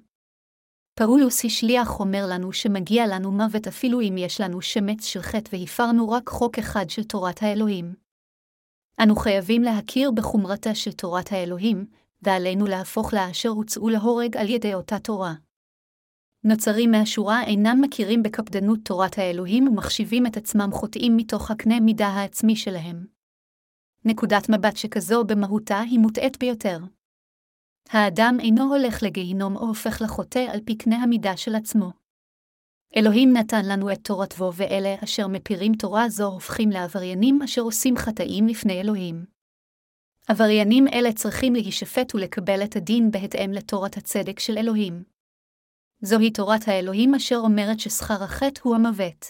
פאולוס השליח אומר לנו שמגיע לנו מוות אפילו אם יש לנו שמץ של חטא והפרנו רק חוק אחד של תורת האלוהים. אנו חייבים להכיר בחומרתה של תורת האלוהים, ועלינו להפוך לה אשר הוצאו להורג על ידי אותה תורה. נוצרים מהשורה אינם מכירים בקפדנות תורת האלוהים ומחשיבים את עצמם חוטאים מתוך הקנה מידה העצמי שלהם. נקודת מבט שכזו במהותה היא מוטעית ביותר. האדם אינו הולך לגיהינום או הופך לחוטא על פי קנה המידה של עצמו. אלוהים נתן לנו את תורתו ואלה אשר מפירים תורה זו הופכים לעבריינים אשר עושים חטאים לפני אלוהים. עבריינים אלה צריכים להישפט ולקבל את הדין בהתאם לתורת הצדק של אלוהים. זוהי תורת האלוהים אשר אומרת ששכר החטא הוא המוות.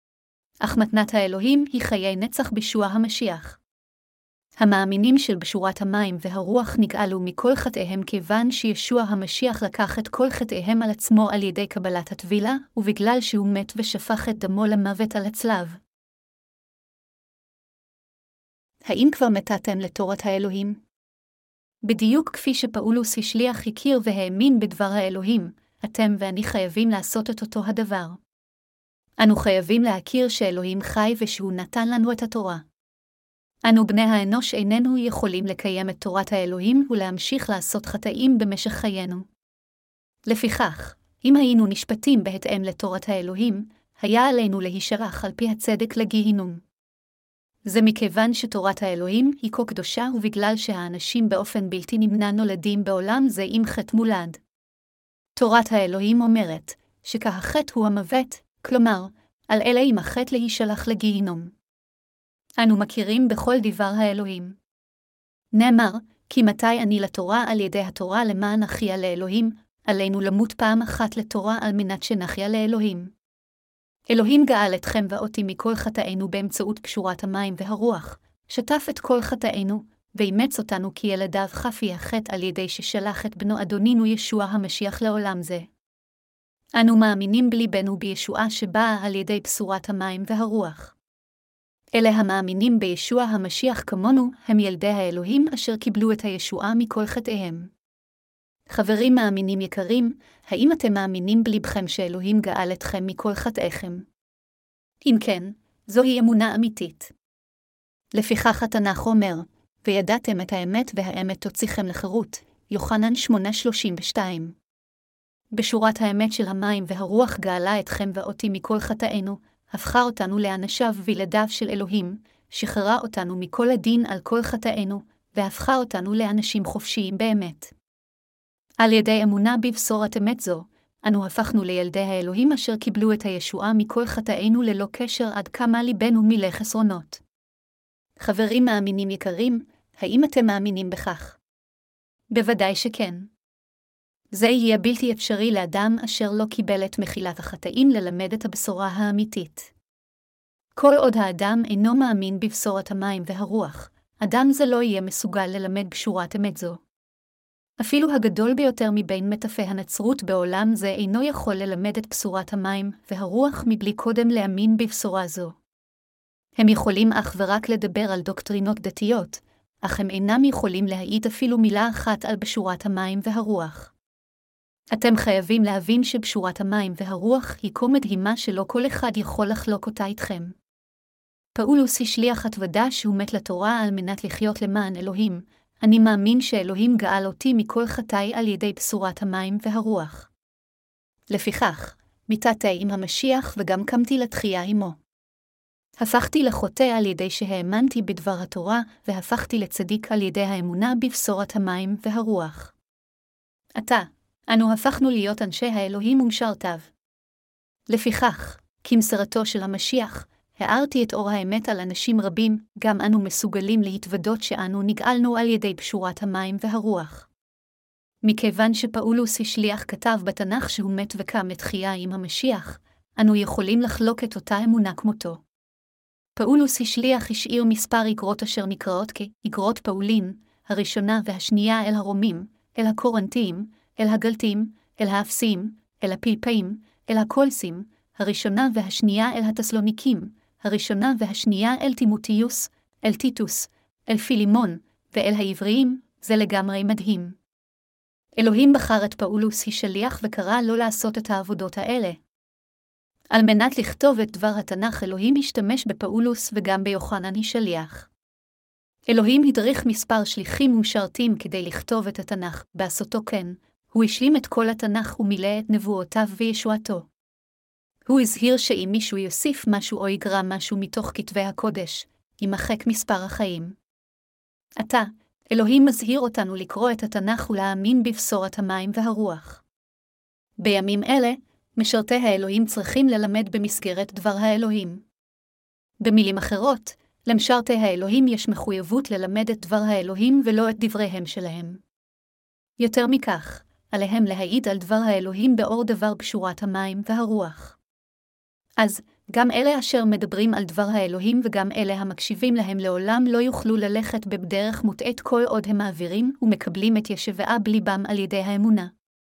אך מתנת האלוהים היא חיי נצח בישוע המשיח. המאמינים של בשורת המים והרוח נגאלו מכל חטאיהם כיוון שישוע המשיח לקח את כל חטאיהם על עצמו על ידי קבלת הטבילה, ובגלל שהוא מת ושפך את דמו למוות על הצלב. האם כבר מתתם לתורת האלוהים? בדיוק כפי שפאולוס השליח הכיר והאמין בדבר האלוהים, אתם ואני חייבים לעשות את אותו הדבר. אנו חייבים להכיר שאלוהים חי ושהוא נתן לנו את התורה. אנו בני האנוש איננו יכולים לקיים את תורת האלוהים ולהמשיך לעשות חטאים במשך חיינו. לפיכך, אם היינו נשפטים בהתאם לתורת האלוהים, היה עלינו להישלח על פי הצדק לגיהינום. זה מכיוון שתורת האלוהים היא כה קדושה ובגלל שהאנשים באופן בלתי נמנע נולדים בעולם זה עם חטא מולד. תורת האלוהים אומרת שכהחטא הוא המוות, כלומר, על אלה עם החטא להישלח לגיהינום. אנו מכירים בכל דבר האלוהים. נאמר, כי מתי אני לתורה על ידי התורה למען נחיה לאלוהים, עלינו למות פעם אחת לתורה על מנת שנחיה לאלוהים. אלוהים גאל אתכם ואותי מכל חטאינו באמצעות קשורת המים והרוח, שטף את כל חטאינו, ואימץ אותנו כילדיו חפי החטא על ידי ששלח את בנו אדונינו ישוע המשיח לעולם זה. אנו מאמינים בליבנו בישועה שבאה על ידי בשורת המים והרוח. אלה המאמינים בישוע המשיח כמונו הם ילדי האלוהים אשר קיבלו את הישועה מכל חטאיהם. חברים מאמינים יקרים, האם אתם מאמינים בליבכם שאלוהים גאל אתכם מכל חטאיכם? אם כן, זוהי אמונה אמיתית. לפיכך התנ"ך אומר, וידעתם את האמת והאמת תוציאכם לחירות, יוחנן שמונה שלושים ושתיים. בשורת האמת של המים והרוח גאלה אתכם ואותי מכל חטאינו, הפכה אותנו לאנשיו וילדיו של אלוהים, שחררה אותנו מכל הדין על כל חטאינו, והפכה אותנו לאנשים חופשיים באמת. על ידי אמונה בבשורת אמת זו, אנו הפכנו לילדי האלוהים אשר קיבלו את הישועה מכל חטאינו ללא קשר עד כמה ליבנו מלא חסרונות. חברים מאמינים יקרים, האם אתם מאמינים בכך? בוודאי שכן. זה יהיה בלתי אפשרי לאדם אשר לא קיבל את מחילת החטאים ללמד את הבשורה האמיתית. כל עוד האדם אינו מאמין בבשורת המים והרוח, אדם זה לא יהיה מסוגל ללמד בשורת אמת זו. אפילו הגדול ביותר מבין מטפי הנצרות בעולם זה אינו יכול ללמד את בשורת המים והרוח מבלי קודם להאמין בבשורה זו. הם יכולים אך ורק לדבר על דוקטרינות דתיות, אך הם אינם יכולים להעיד אפילו מילה אחת על בשורת המים והרוח. אתם חייבים להבין שבשורת המים והרוח היא כה מדהימה שלא כל אחד יכול לחלוק אותה איתכם. פאולוס השליח התוודה שהוא מת לתורה על מנת לחיות למען אלוהים, אני מאמין שאלוהים גאל אותי מכל חטאי על ידי בשורת המים והרוח. לפיכך, מיתתי עם המשיח וגם קמתי לתחייה עמו. הפכתי לחוטא על ידי שהאמנתי בדבר התורה, והפכתי לצדיק על ידי האמונה בבשורת המים והרוח. עתה, אנו הפכנו להיות אנשי האלוהים ומשרתיו. לפיכך, כמסרתו של המשיח, הארתי את אור האמת על אנשים רבים, גם אנו מסוגלים להתוודות שאנו נגאלנו על ידי בשורת המים והרוח. מכיוון שפאולוס השליח כתב בתנ"ך שהוא מת וקם לתחייה עם המשיח, אנו יכולים לחלוק את אותה אמונה כמותו. פאולוס השליח השאיר מספר איגרות אשר נקראות כאיגרות פאולין, הראשונה והשנייה אל הרומים, אל הקורנתיים, אל הגלתים, אל האפסים, אל הפיליפאים, אל הקולסים, הראשונה והשנייה אל התסלוניקים, הראשונה והשנייה אל תימותיוס, אל טיטוס, אל פילימון, ואל העבריים, זה לגמרי מדהים. אלוהים בחר את פאולוס השליח וקרא לו לעשות את העבודות האלה. על מנת לכתוב את דבר התנ"ך אלוהים השתמש בפאולוס וגם ביוחנן השליח. אלוהים הדריך מספר שליחים ומשרתים כדי לכתוב את התנ"ך, בעשותו כן, הוא השלים את כל התנ"ך ומילא את נבואותיו וישועתו. הוא הזהיר שאם מישהו יוסיף משהו או יגרע משהו מתוך כתבי הקודש, יימחק מספר החיים. עתה, אלוהים מזהיר אותנו לקרוא את התנ"ך ולהאמין בבשורת המים והרוח. בימים אלה, משרתי האלוהים צריכים ללמד במסגרת דבר האלוהים. במילים אחרות, למשרתי האלוהים יש מחויבות ללמד את דבר האלוהים ולא את דבריהם שלהם. יותר מכך, עליהם להעיד על דבר האלוהים באור דבר בשורת המים והרוח. אז, גם אלה אשר מדברים על דבר האלוהים וגם אלה המקשיבים להם לעולם לא יוכלו ללכת בדרך מוטעת כל עוד הם מעבירים ומקבלים את ישבעה בליבם על ידי האמונה.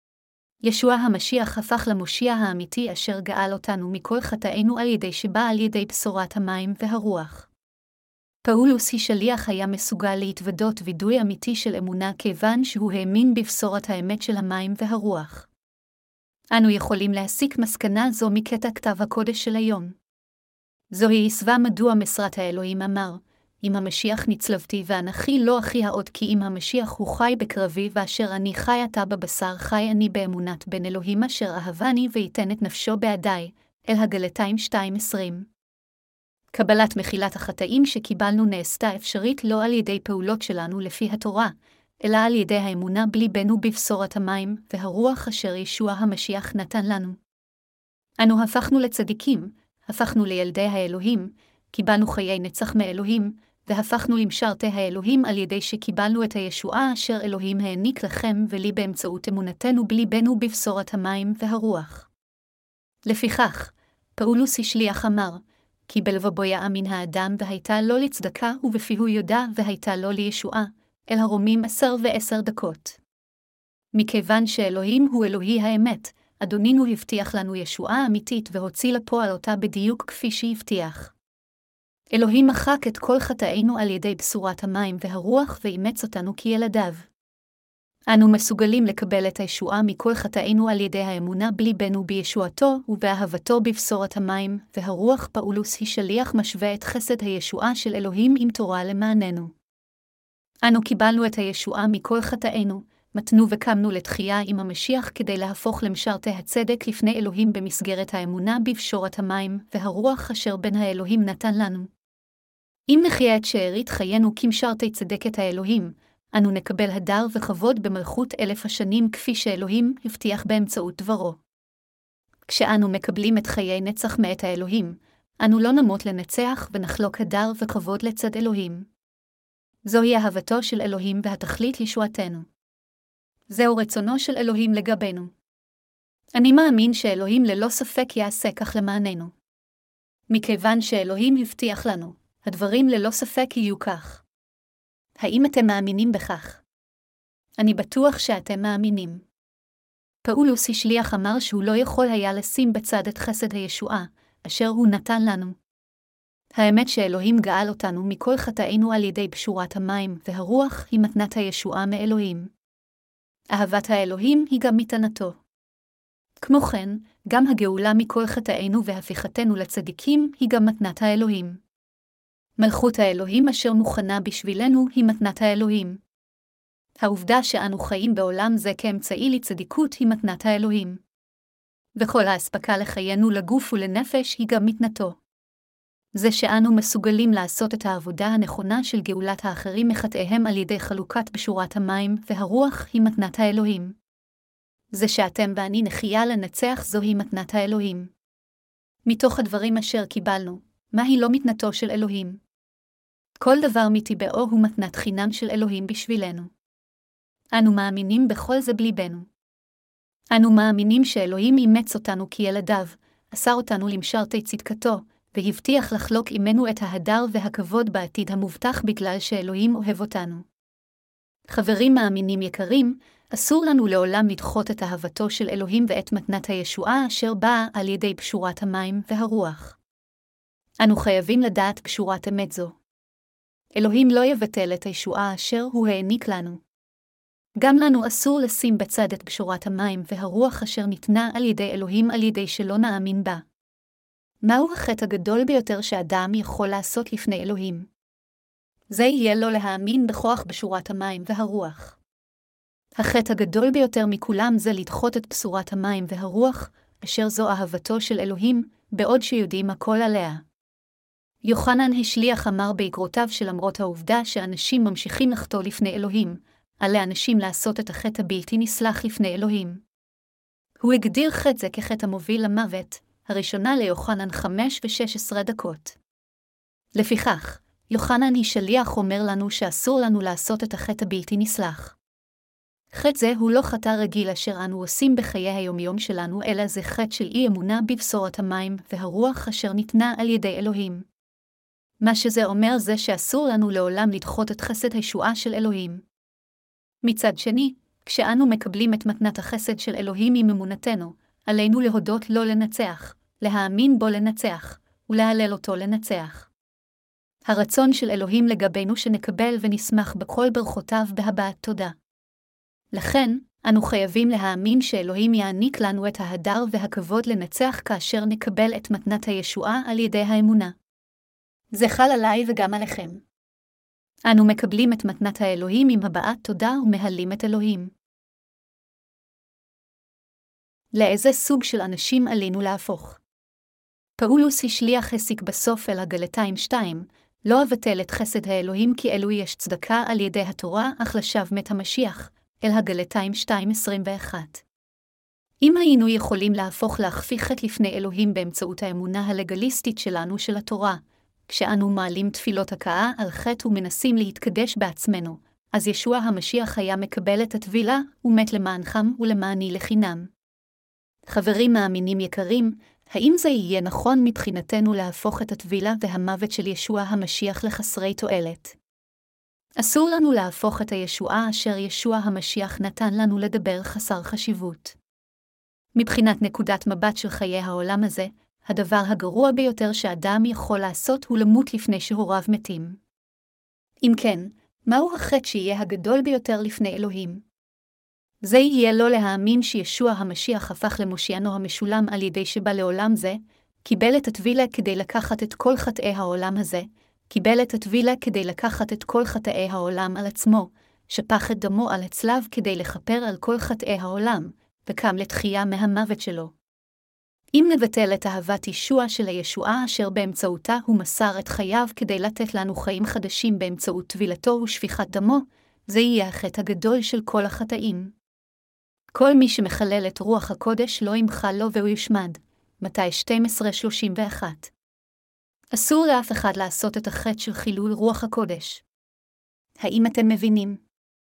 ישוע המשיח הפך למושיע האמיתי אשר גאל אותנו מכל חטאינו על ידי שבא על ידי בשורת המים והרוח. פאולוס השליח היה מסוגל להתוודות וידוי אמיתי של אמונה כיוון שהוא האמין בבשורת האמת של המים והרוח. אנו יכולים להסיק מסקנה זו מקטע כתב הקודש של היום. זוהי הסבה מדוע משרת האלוהים אמר, אם המשיח נצלבתי ואנכי לא אחי העוד כי אם המשיח הוא חי בקרבי ואשר אני חי עתה בבשר חי אני באמונת בן אלוהים אשר אהבני ויתן את נפשו בעדי, אל הגלתיים שתיים עשרים. קבלת מחילת החטאים שקיבלנו נעשתה אפשרית לא על ידי פעולות שלנו לפי התורה, אלא על ידי האמונה בליבנו בבשורת המים והרוח אשר ישוע המשיח נתן לנו. אנו הפכנו לצדיקים, הפכנו לילדי האלוהים, קיבלנו חיי נצח מאלוהים, והפכנו למשרתי האלוהים על ידי שקיבלנו את הישועה אשר אלוהים העניק לכם ולי באמצעות אמונתנו בליבנו בבשורת המים והרוח. לפיכך, פאולוס השליח אמר, כי בלבבו יאמין האדם והייתה לו לצדקה ובפיהו יודע והייתה לו לישועה, אל הרומים עשר ועשר דקות. מכיוון שאלוהים הוא אלוהי האמת, אדונינו הבטיח לנו ישועה אמיתית והוציא לפועל אותה בדיוק כפי שהבטיח. אלוהים מחק את כל חטאינו על ידי בשורת המים והרוח ואימץ אותנו כילדיו. אנו מסוגלים לקבל את הישועה מכל חטאינו על ידי האמונה בליבנו בישועתו ובאהבתו בבשורת המים והרוח. פאולוס השליח משווה את חסד הישועה של אלוהים עם תורה למעננו. אנו קיבלנו את הישועה מכל חטאינו, מתנו וקמנו לתחייה עם המשיח כדי להפוך למשרתי הצדק לפני אלוהים במסגרת האמונה בבשורת המים והרוח אשר בן האלוהים נתן לנו. אם נחיה את שארית חיינו כמשרתי צדקת האלוהים, אנו נקבל הדר וכבוד במלכות אלף השנים כפי שאלוהים הבטיח באמצעות דברו. כשאנו מקבלים את חיי נצח מאת האלוהים, אנו לא נמות לנצח ונחלוק הדר וכבוד לצד אלוהים. זוהי אהבתו של אלוהים והתכלית ישועתנו. זהו רצונו של אלוהים לגבינו. אני מאמין שאלוהים ללא ספק יעשה כך למעננו. מכיוון שאלוהים הבטיח לנו, הדברים ללא ספק יהיו כך. האם אתם מאמינים בכך? אני בטוח שאתם מאמינים. פאולוס השליח אמר שהוא לא יכול היה לשים בצד את חסד הישועה, אשר הוא נתן לנו. האמת שאלוהים גאל אותנו מכל חטאינו על ידי בשורת המים והרוח היא מתנת הישועה מאלוהים. אהבת האלוהים היא גם מתנתו. כמו כן, גם הגאולה מכל חטאינו והפיכתנו לצדיקים היא גם מתנת האלוהים. מלכות האלוהים אשר מוכנה בשבילנו היא מתנת האלוהים. העובדה שאנו חיים בעולם זה כאמצעי לצדיקות היא מתנת האלוהים. וכל האספקה לחיינו לגוף ולנפש היא גם מתנתו. זה שאנו מסוגלים לעשות את העבודה הנכונה של גאולת האחרים מחטאיהם על ידי חלוקת בשורת המים והרוח היא מתנת האלוהים. זה שאתם ואני נחיה לנצח זוהי מתנת האלוהים. מתוך הדברים אשר קיבלנו, מהי לא מתנתו של אלוהים? כל דבר מטבעו הוא מתנת חינם של אלוהים בשבילנו. אנו מאמינים בכל זה בליבנו. אנו מאמינים שאלוהים אימץ אותנו כילדיו, אסר אותנו למשרתי צדקתו, והבטיח לחלוק עמנו את ההדר והכבוד בעתיד המובטח בגלל שאלוהים אוהב אותנו. חברים מאמינים יקרים, אסור לנו לעולם לדחות את אהבתו של אלוהים ואת מתנת הישועה אשר באה על ידי בשורת המים והרוח. אנו חייבים לדעת בשורת אמת זו. אלוהים לא יבטל את הישועה אשר הוא העניק לנו. גם לנו אסור לשים בצד את בשורת המים והרוח אשר ניתנה על ידי אלוהים על ידי שלא נאמין בה. מהו החטא הגדול ביותר שאדם יכול לעשות לפני אלוהים? זה יהיה לו להאמין בכוח בשורת המים והרוח. החטא הגדול ביותר מכולם זה לדחות את בשורת המים והרוח, אשר זו אהבתו של אלוהים, בעוד שיודעים הכל עליה. יוחנן השליח אמר באגרותיו שלמרות העובדה שאנשים ממשיכים לחטוא לפני אלוהים, על האנשים לעשות את החטא הבלתי נסלח לפני אלוהים. הוא הגדיר חטא זה כחטא המוביל למוות, הראשונה ליוחנן חמש ושש עשרה דקות. לפיכך, יוחנן השליח אומר לנו שאסור לנו לעשות את החטא הבלתי נסלח. חטא זה הוא לא חטא רגיל אשר אנו עושים בחיי היומיום שלנו, אלא זה חטא של אי אמונה בבשורת המים והרוח אשר ניתנה על ידי אלוהים. מה שזה אומר זה שאסור לנו לעולם לדחות את חסד הישועה של אלוהים. מצד שני, כשאנו מקבלים את מתנת החסד של אלוהים עם אמונתנו, עלינו להודות לו לנצח, להאמין בו לנצח, ולהלל אותו לנצח. הרצון של אלוהים לגבינו שנקבל ונשמח בכל ברכותיו בהבעת תודה. לכן, אנו חייבים להאמין שאלוהים יעניק לנו את ההדר והכבוד לנצח כאשר נקבל את מתנת הישועה על ידי האמונה. זה חל עליי וגם עליכם. אנו מקבלים את מתנת האלוהים עם הבעת תודה ומהלים את אלוהים. לאיזה סוג של אנשים עלינו להפוך? פאולוס השליח הסיק בסוף אל הגלתיים שתיים, לא אבטל את חסד האלוהים כי אלו יש צדקה על ידי התורה, אך לשווא מת המשיח, אל הגלתיים שתיים עשרים ואחת. אם היינו יכולים להפוך להכפיל חטא לפני אלוהים באמצעות האמונה הלגליסטית שלנו של התורה, כשאנו מעלים תפילות הכאה על חטא ומנסים להתקדש בעצמנו, אז ישוע המשיח היה מקבל את הטבילה ומת למענכם ולמעני לחינם. חברים מאמינים יקרים, האם זה יהיה נכון מבחינתנו להפוך את הטבילה והמוות של ישוע המשיח לחסרי תועלת? אסור לנו להפוך את הישועה אשר ישוע המשיח נתן לנו לדבר חסר חשיבות. מבחינת נקודת מבט של חיי העולם הזה, הדבר הגרוע ביותר שאדם יכול לעשות הוא למות לפני שהוריו מתים. אם כן, מהו החטא שיהיה הגדול ביותר לפני אלוהים? זה יהיה לא להאמין שישוע המשיח הפך למושיענו המשולם על ידי שבא לעולם זה, קיבל את הטבילה כדי לקחת את כל חטאי העולם הזה, קיבל את הטבילה כדי לקחת את כל חטאי העולם על עצמו, שפך את דמו על הצלב כדי לכפר על כל חטאי העולם, וקם לתחייה מהמוות שלו. אם נבטל את אהבת ישוע של הישועה אשר באמצעותה הוא מסר את חייו כדי לתת לנו חיים חדשים באמצעות טבילתו ושפיכת דמו, זה יהיה החטא הגדול של כל החטאים. כל מי שמחלל את רוח הקודש לא ימחל לו והוא יושמד. מתי שתים עשרה שלושים ואחת. אסור לאף אחד לעשות את החטא של חילול רוח הקודש. האם אתם מבינים?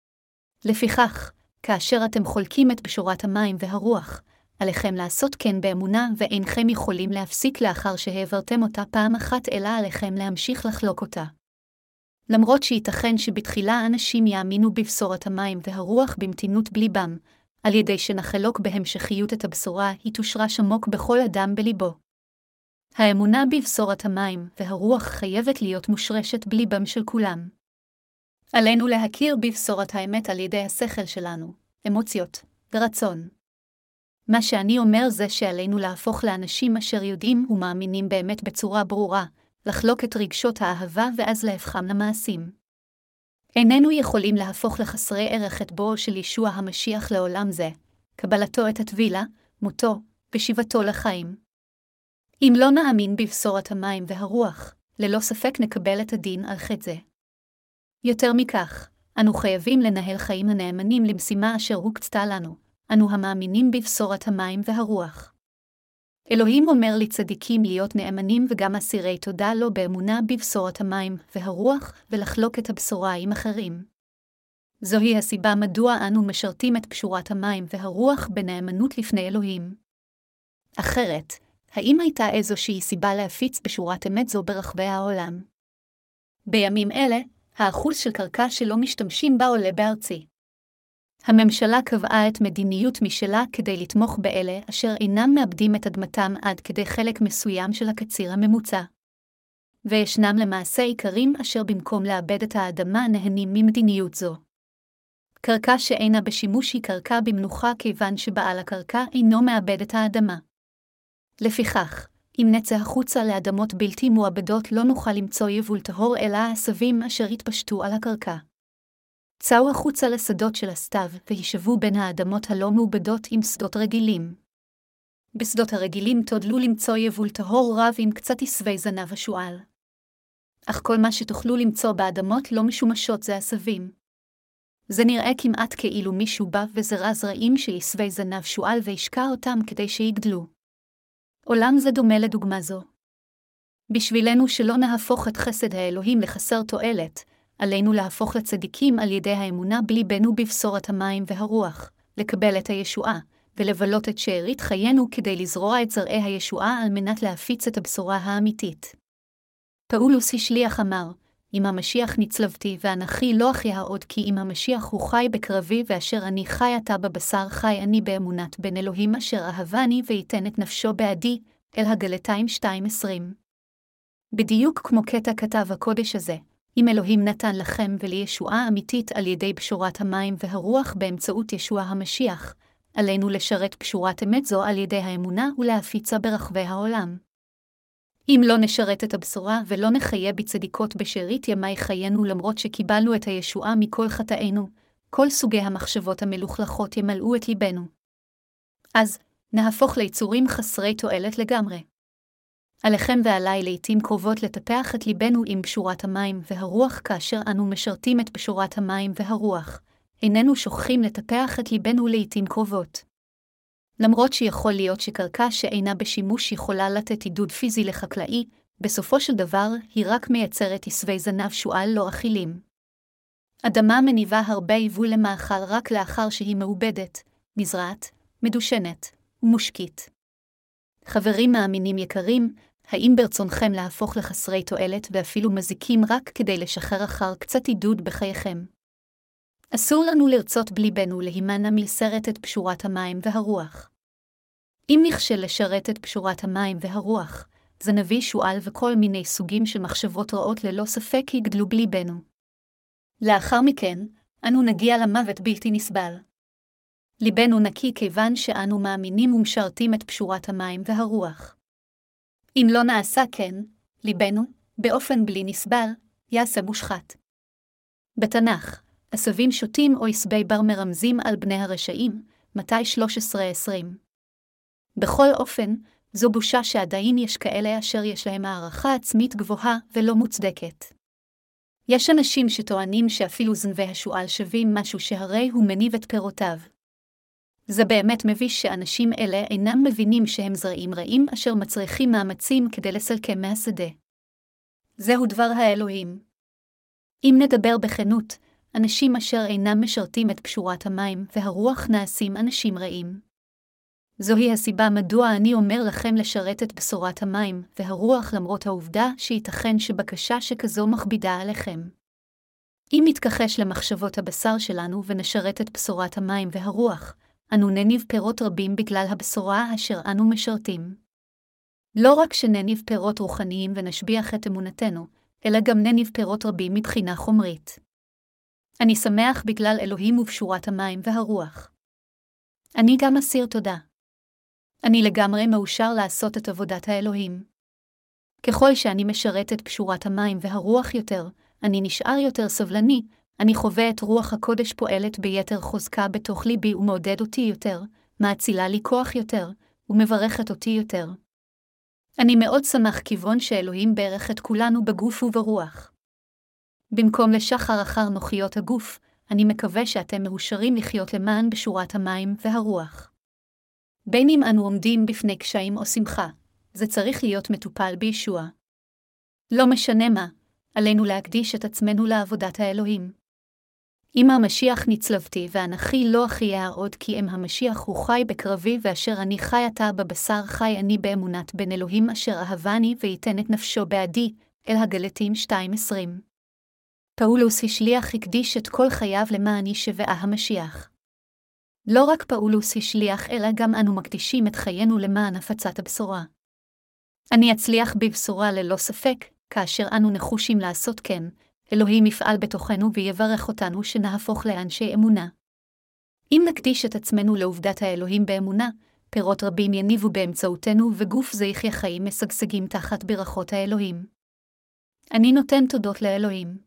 לפיכך, כאשר אתם חולקים את בשורת המים והרוח, עליכם לעשות כן באמונה ואינכם יכולים להפסיק לאחר שהעברתם אותה פעם אחת אלא עליכם להמשיך לחלוק אותה. למרות שייתכן שבתחילה אנשים יאמינו בבשורת המים והרוח במתינות בליבם, על ידי שנחלוק בהמשכיות את הבשורה היא תושרש עמוק בכל אדם בליבו. האמונה בבשורת המים והרוח חייבת להיות מושרשת בליבם של כולם. עלינו להכיר בבשורת האמת על ידי השכל שלנו, אמוציות ורצון. מה שאני אומר זה שעלינו להפוך לאנשים אשר יודעים ומאמינים באמת בצורה ברורה, לחלוק את רגשות האהבה ואז להפכם למעשים. איננו יכולים להפוך לחסרי ערך את בואו של ישוע המשיח לעולם זה, קבלתו את הטבילה, מותו ושיבתו לחיים. אם לא נאמין בבשורת המים והרוח, ללא ספק נקבל את הדין על חטא זה. יותר מכך, אנו חייבים לנהל חיים הנאמנים למשימה אשר הוקצתה לנו, אנו המאמינים בבשורת המים והרוח. אלוהים אומר לצדיקים להיות נאמנים וגם אסירי תודה לו באמונה בבשורת המים והרוח ולחלוק את הבשורה עם אחרים. זוהי הסיבה מדוע אנו משרתים את בשורת המים והרוח בנאמנות לפני אלוהים. אחרת, האם הייתה איזושהי סיבה להפיץ בשורת אמת זו ברחבי העולם? בימים אלה, האחוז של קרקע שלא משתמשים בה עולה בארצי. הממשלה קבעה את מדיניות משלה כדי לתמוך באלה אשר אינם מאבדים את אדמתם עד כדי חלק מסוים של הקציר הממוצע. וישנם למעשה עיקרים אשר במקום לאבד את האדמה נהנים ממדיניות זו. קרקע שאינה בשימוש היא קרקע במנוחה כיוון שבעל הקרקע אינו מאבד את האדמה. לפיכך, אם נצא החוצה לאדמות בלתי מועבדות לא נוכל למצוא יבול טהור אלא העשבים אשר התפשטו על הקרקע. צאו החוצה לשדות של הסתיו וישבו בין האדמות הלא מעובדות עם שדות רגילים. בשדות הרגילים תודלו למצוא יבול טהור רב עם קצת עשבי זנב השועל. אך כל מה שתוכלו למצוא באדמות לא משומשות זה עשבים. זה נראה כמעט כאילו מישהו בא וזרע זרעים של עשבי זנב שועל והשקע אותם כדי שיגדלו. עולם זה דומה לדוגמה זו. בשבילנו שלא נהפוך את חסד האלוהים לחסר תועלת, עלינו להפוך לצדיקים על ידי האמונה בליבנו בבשורת המים והרוח, לקבל את הישועה, ולבלות את שארית חיינו כדי לזרוע את זרעי הישועה על מנת להפיץ את הבשורה האמיתית. פאולוס השליח אמר, אם המשיח נצלבתי ואנכי לא אחיה עוד כי אם המשיח הוא חי בקרבי ואשר אני חי עתה בבשר חי אני באמונת בן אלוהים אשר אהבני ויתן את נפשו בעדי, אל הגלתיים שתיים עשרים. בדיוק כמו קטע כתב הקודש הזה, אם אלוהים נתן לכם ולי ישועה אמיתית על ידי בשורת המים והרוח באמצעות ישוע המשיח, עלינו לשרת בשורת אמת זו על ידי האמונה ולהפיצה ברחבי העולם. אם לא נשרת את הבשורה ולא נחיה בצדיקות בשארית ימי חיינו למרות שקיבלנו את הישועה מכל חטאינו, כל סוגי המחשבות המלוכלכות ימלאו את ליבנו. אז, נהפוך ליצורים חסרי תועלת לגמרי. עליכם ועליי לעתים קרובות לטפח את ליבנו עם בשורת המים והרוח כאשר אנו משרתים את בשורת המים והרוח. איננו שוכחים לטפח את ליבנו לעתים קרובות. למרות שיכול להיות שקרקע שאינה בשימוש יכולה לתת עידוד פיזי לחקלאי, בסופו של דבר היא רק מייצרת עשבי זנב שועל לא אכילים. אדמה מניבה הרבה יבול למאכל רק לאחר שהיא מעובדת, מזרעת, מדושנת ומושקית. חברים מאמינים יקרים, האם ברצונכם להפוך לחסרי תועלת ואפילו מזיקים רק כדי לשחרר אחר קצת עידוד בחייכם? אסור לנו לרצות בליבנו להימנע מלשרת את בשורת המים והרוח. אם נכשל לשרת את בשורת המים והרוח, זנבי שועל וכל מיני סוגים של מחשבות רעות ללא ספק יגדלו בליבנו. לאחר מכן, אנו נגיע למוות בלתי נסבל. ליבנו נקי כיוון שאנו מאמינים ומשרתים את בשורת המים והרוח. אם לא נעשה כן, ליבנו, באופן בלי נסבל, יעשה מושחת. בתנ"ך, עשבים שוטים או עשבי בר מרמזים על בני הרשעים, מתי שלוש עשרה עשרים. בכל אופן, זו בושה שעדיין יש כאלה אשר יש להם הערכה עצמית גבוהה ולא מוצדקת. יש אנשים שטוענים שאפילו זנבי השועל שווים משהו שהרי הוא מניב את פירותיו. זה באמת מביש שאנשים אלה אינם מבינים שהם זרעים רעים אשר מצריכים מאמצים כדי לסלקם מהשדה. זהו דבר האלוהים. אם נדבר בכנות, אנשים אשר אינם משרתים את בשורת המים והרוח נעשים אנשים רעים. זוהי הסיבה מדוע אני אומר לכם לשרת את בשורת המים והרוח למרות העובדה שייתכן שבקשה שכזו מכבידה עליכם. אם נתכחש למחשבות הבשר שלנו ונשרת את בשורת המים והרוח, אנו נניב פירות רבים בגלל הבשורה אשר אנו משרתים. לא רק שנניב פירות רוחניים ונשביח את אמונתנו, אלא גם נניב פירות רבים מבחינה חומרית. אני שמח בגלל אלוהים ובשורת המים והרוח. אני גם אסיר תודה. אני לגמרי מאושר לעשות את עבודת האלוהים. ככל שאני משרת את בשורת המים והרוח יותר, אני נשאר יותר סבלני, אני חווה את רוח הקודש פועלת ביתר חוזקה בתוך ליבי ומעודד אותי יותר, מאצילה לי כוח יותר, ומברכת אותי יותר. אני מאוד שמח כיוון שאלוהים ברך את כולנו בגוף וברוח. במקום לשחר אחר נוחיות הגוף, אני מקווה שאתם מאושרים לחיות למען בשורת המים והרוח. בין אם אנו עומדים בפני קשיים או שמחה, זה צריך להיות מטופל בישוע. לא משנה מה, עלינו להקדיש את עצמנו לעבודת האלוהים. אם המשיח נצלבתי ואנכי לא אחיה עוד כי אם המשיח הוא חי בקרבי ואשר אני חי עתה בבשר חי אני באמונת בן אלוהים אשר אהבני ויתן את נפשו בעדי, אל הגלתים שתיים עשרים. פאולוס השליח הקדיש את כל חייו למען ישבעה המשיח. לא רק פאולוס השליח אלא גם אנו מקדישים את חיינו למען הפצת הבשורה. אני אצליח בבשורה ללא ספק, כאשר אנו נחושים לעשות כן, אלוהים יפעל בתוכנו ויברך אותנו שנהפוך לאנשי אמונה. אם נקדיש את עצמנו לעובדת האלוהים באמונה, פירות רבים יניבו באמצעותנו וגוף זה יחיה חיים משגשגים תחת ברכות האלוהים. אני נותן תודות לאלוהים.